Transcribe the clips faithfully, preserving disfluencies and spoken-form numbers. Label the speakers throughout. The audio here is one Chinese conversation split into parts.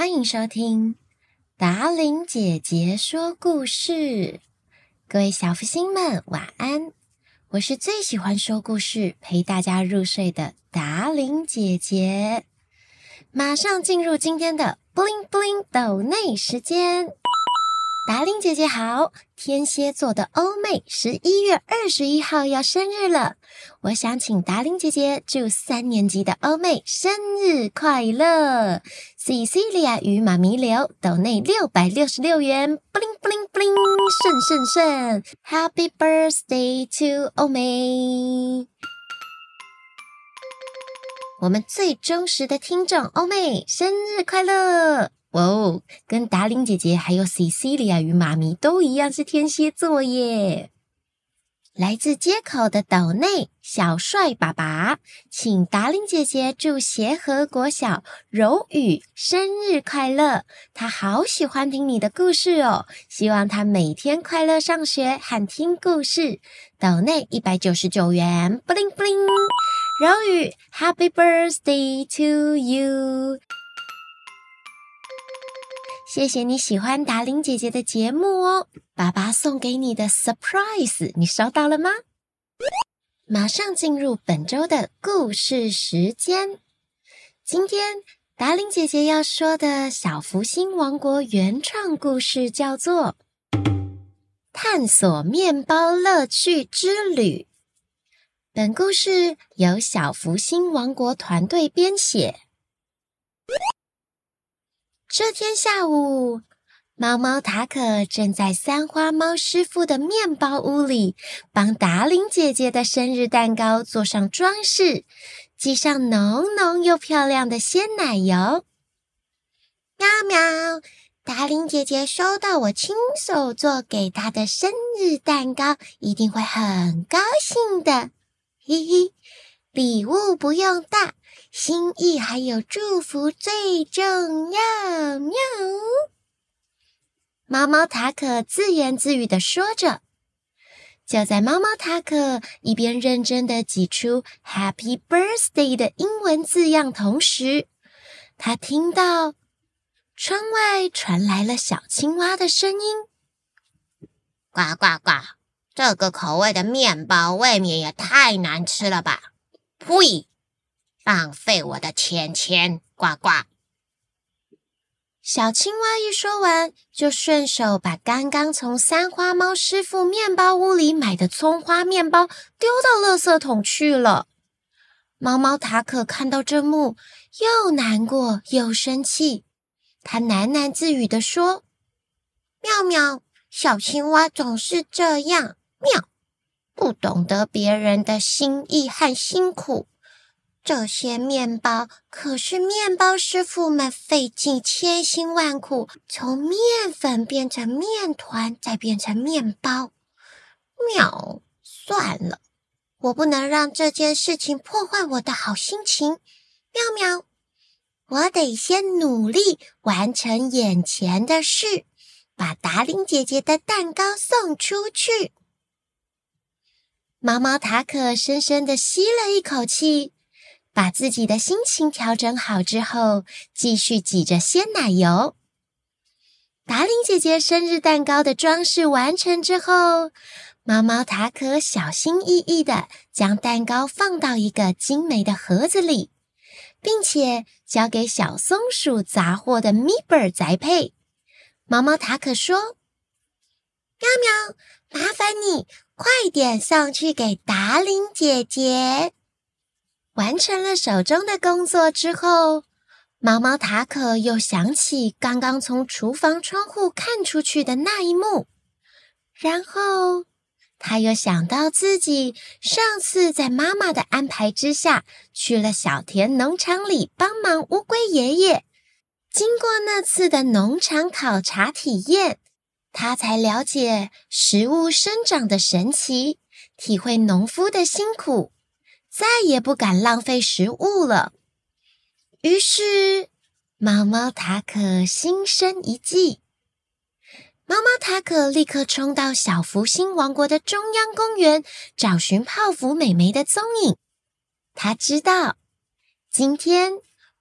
Speaker 1: 欢迎收听达伶姐姐说故事。各位小福星们晚安，我是最喜欢说故事陪大家入睡的达伶姐姐。马上进入今天的 bling bling 抖内时间。达伶姐姐好，天蝎座的欧妹十一月二十一号要生日了，我想请达伶姐姐祝三年级的欧妹生日快乐。Cecilia 与妈咪流抖内六百六十六元 bling bling bling 顺顺顺 Happy birthday to 欧妹。我们最忠实的听众欧妹生日快乐！哇哦，跟达伶姐姐还有 Cecilia 与妈咪都一样是天蝎座耶。来自街口的斗内小帅爸爸，请达伶姐姐祝协和国小柔宇生日快乐，他好喜欢听你的故事哦，希望他每天快乐上学和听故事。斗内一百九十九元 bling bling， 柔宇 Happy birthday to you，谢谢你喜欢达伶姐姐的节目哦，爸爸送给你的 surprise 你收到了吗？马上进入本周的故事时间。今天达伶姐姐要说的小福星王国原创故事叫做探索面包乐趣之旅。本故事由小福星王国团队编写。这天下午，猫猫塔可正在三花猫师傅的面包屋里帮达伶姐姐的生日蛋糕做上装饰，挤上浓浓又漂亮的鲜奶油。喵喵，达伶姐姐收到我亲手做给她的生日蛋糕，一定会很高兴的。嘿嘿，礼物不用大，心意还有祝福最重要，喵！猫猫塔可自言自语地说着。就在猫猫塔可一边认真地挤出 Happy Birthday 的英文字样同时，他听到窗外传来了小青蛙的声音：
Speaker 2: 呱呱呱，这个口味的面包未免也太难吃了吧！呸！浪费我的钱钱，呱呱！
Speaker 1: 小青蛙一说完，就顺手把刚刚从三花猫师傅面包屋里买的葱花面包丢到垃圾桶去了。猫猫塔可看到这幕，又难过又生气，他喃喃自语地说：
Speaker 2: 妙妙，小青蛙总是这样，妙，不懂得别人的心意和辛苦。这些面包可是面包师傅们费尽千辛万苦，从面粉变成面团，再变成面包。喵，算了，我不能让这件事情破坏我的好心情。喵喵，我得先努力完成眼前的事，把达伶姐姐的蛋糕送出去。
Speaker 1: 猫猫塔可深深地吸了一口气，把自己的心情调整好之后，继续挤着鲜奶油。达伶姐姐生日蛋糕的装饰完成之后，猫猫塔可小心翼翼地将蛋糕放到一个精美的盒子里，并且交给小松鼠杂货的咪贝宅配。猫猫塔可说：
Speaker 2: 喵喵，麻烦你快点送去给达伶姐姐。
Speaker 1: 完成了手中的工作之后，猫猫塔可又想起刚刚从厨房窗户看出去的那一幕，然后他又想到自己上次在妈妈的安排之下去了小田农场里帮忙乌龟爷爷。经过那次的农场考察体验，他才了解食物生长的神奇，体会农夫的辛苦，再也不敢浪费食物了。于是，猫猫塔可心生一计。猫猫塔可立刻冲到小福星王国的中央公园，找寻泡芙美眉的踪影。他知道，今天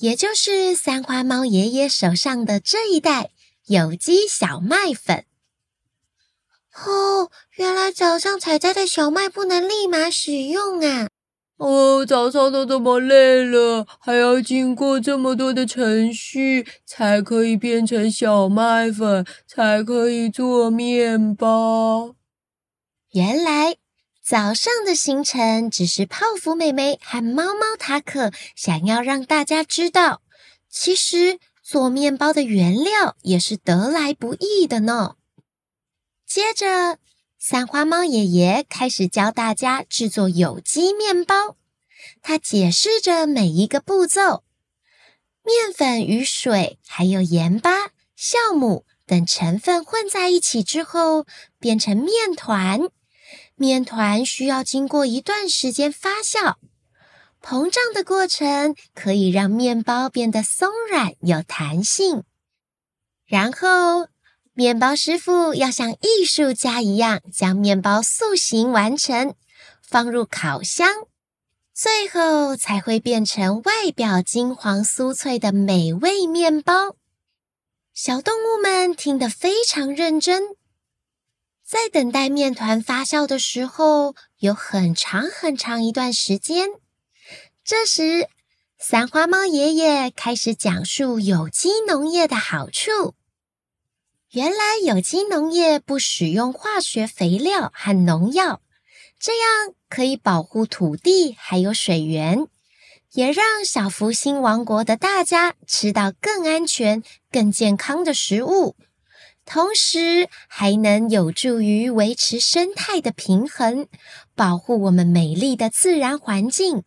Speaker 1: 也就是三花猫爷爷手上的这一袋有机小麦粉。
Speaker 2: 哦，原来早上采摘的小麦不能立马使用啊！
Speaker 3: 哦，早上都这么累了，还要经过这么多的程序，才可以变成小麦粉，才可以做面包。
Speaker 1: 原来早上的行程只是泡芙妹妹和猫猫塔可想要让大家知道，其实做面包的原料也是得来不易的呢。接着，三花猫爷爷开始教大家制作有机面包。他解释着每一个步骤，面粉与水还有盐巴、酵母等成分混在一起之后，变成面团。面团需要经过一段时间发酵，膨胀的过程可以让面包变得松软有弹性。然后面包师傅要像艺术家一样将面包塑形完成，放入烤箱，最后才会变成外表金黄酥脆的美味面包。小动物们听得非常认真，在等待面团发酵的时候，有很长很长一段时间。这时，三花猫爷爷开始讲述有机农业的好处。原来有机农业不使用化学肥料和农药，这样可以保护土地还有水源，也让小福星王国的大家吃到更安全、更健康的食物，同时还能有助于维持生态的平衡，保护我们美丽的自然环境。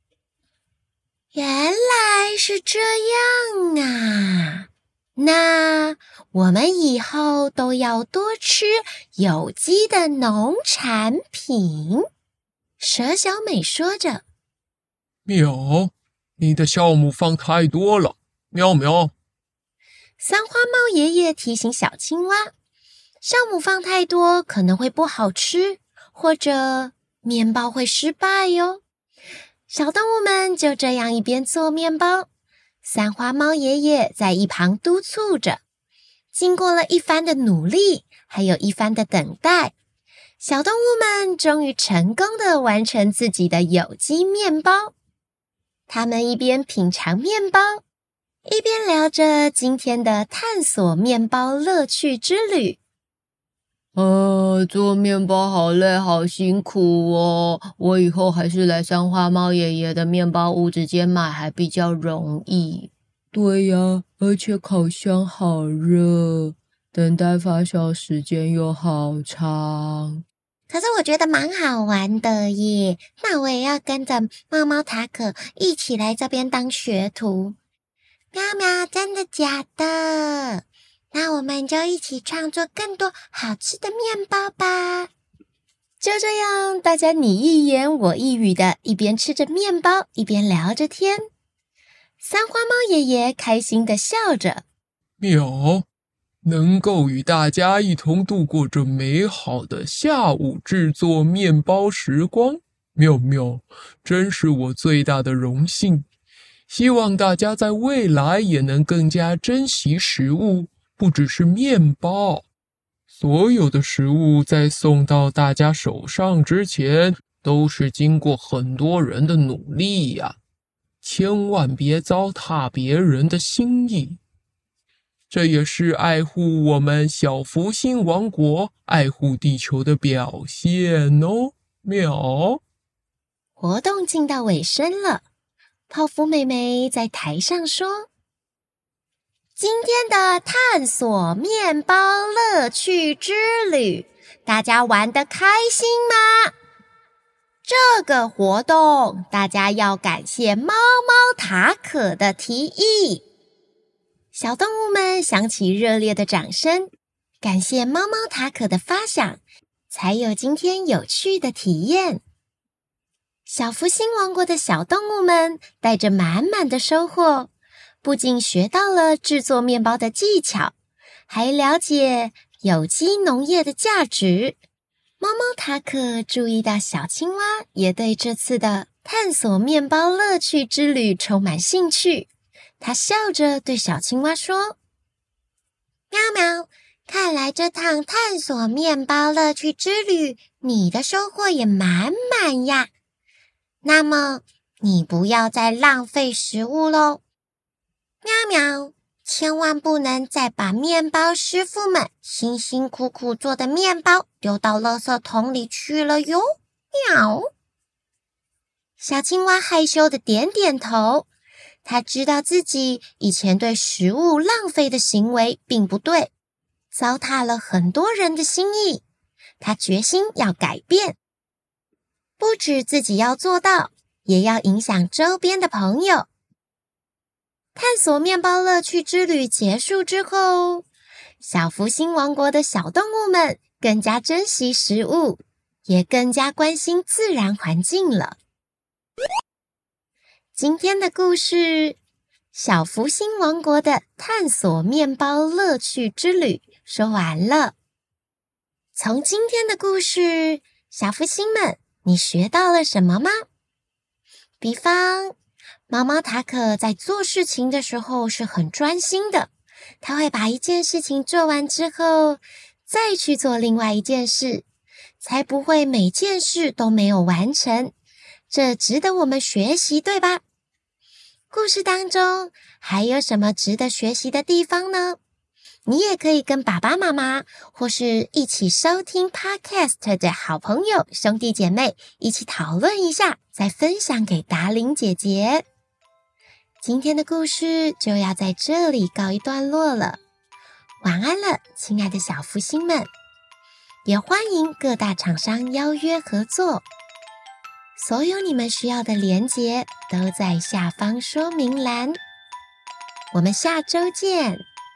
Speaker 1: 原来是这样啊！那我们以后都要多吃有机的农产品。蛇小美说着。
Speaker 4: 喵，你的酵母放太多了，喵喵。
Speaker 1: 三花猫爷爷提醒小青蛙，酵母放太多可能会不好吃，或者面包会失败哟。小动物们就这样一边做面包，三花猫爷爷在一旁督促着。经过了一番的努力，还有一番的等待，小动物们终于成功的完成自己的有机面包。他们一边品尝面包，一边聊着今天的探索面包乐趣之旅。
Speaker 3: 呃，做面包好累好辛苦哦，我以后还是来三花猫爷爷的面包屋直接买还比较容易。对呀，而且烤箱好热，等待发酵时间又好长。
Speaker 2: 可是我觉得蛮好玩的耶，那我也要跟着猫猫塔可一起来这边当学徒。喵喵，真的假的？那我们就一起创作更多好吃的面包吧。
Speaker 1: 就这样，大家你一言我一语的，一边吃着面包，一边聊着天。三花猫爷爷开心的笑着。
Speaker 4: 喵，能够与大家一同度过这美好的下午制作面包时光，喵喵，真是我最大的荣幸。希望大家在未来也能更加珍惜食物，不只是面包。所有的食物在送到大家手上之前，都是经过很多人的努力呀，千万别糟蹋别人的心意。这也是爱护我们小福星王国、爱护地球的表现哦，喵。
Speaker 1: 活动进到尾声了，泡芙妹妹在台上说：今天的探索面包乐趣之旅，大家玩得开心吗？这个活动大家要感谢猫猫塔可的提议。小动物们响起热烈的掌声，感谢猫猫塔可的发想，才有今天有趣的体验。小福星王国的小动物们带着满满的收获，不仅学到了制作面包的技巧，还了解有机农业的价值。猫猫塔可注意到小青蛙也对这次的探索面包乐趣之旅充满兴趣， 他笑着对小青蛙说：“
Speaker 2: 喵喵，看来这趟探索面包乐趣之旅，你的收获也满满呀。那么，你不要再浪费食物喽。喵喵，千万不能再把面包师傅们辛辛苦苦做的面包丢到垃圾桶里去了哟。喵。”
Speaker 1: 小青蛙害羞的点点头，他知道自己以前对食物浪费的行为并不对，糟蹋了很多人的心意。他决心要改变，不止自己要做到，也要影响周边的朋友。探索面包乐趣之旅结束之后，小福星王国的小动物们更加珍惜食物，也更加关心自然环境了。今天的故事，小福星王国的探索面包乐趣之旅说完了。从今天的故事，小福星们，你学到了什么吗？比方，毛毛塔可在做事情的时候是很专心的，他会把一件事情做完之后，再去做另外一件事，才不会每件事都没有完成。这值得我们学习，对吧？故事当中还有什么值得学习的地方呢？你也可以跟爸爸妈妈或是一起收听 Podcast 的好朋友、兄弟姐妹一起讨论一下，再分享给达伶姐姐。今天的故事就要在这里告一段落了，晚安了，亲爱的小福星们！也欢迎各大厂商邀约合作。所有你们需要的连结都在下方说明栏，我们下周见。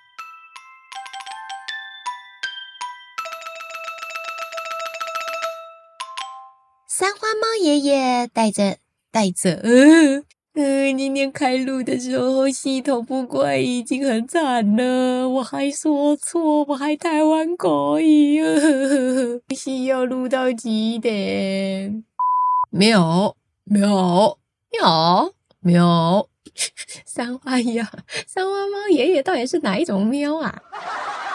Speaker 1: 三花猫爷爷带着带着，呃呃，今天开录的时候系统不乖，已经很惨了。我还说错，我还台湾口语，呃，需要录到几点？喵喵喵喵！三花呀，三花猫爷爷到底是哪一种喵啊？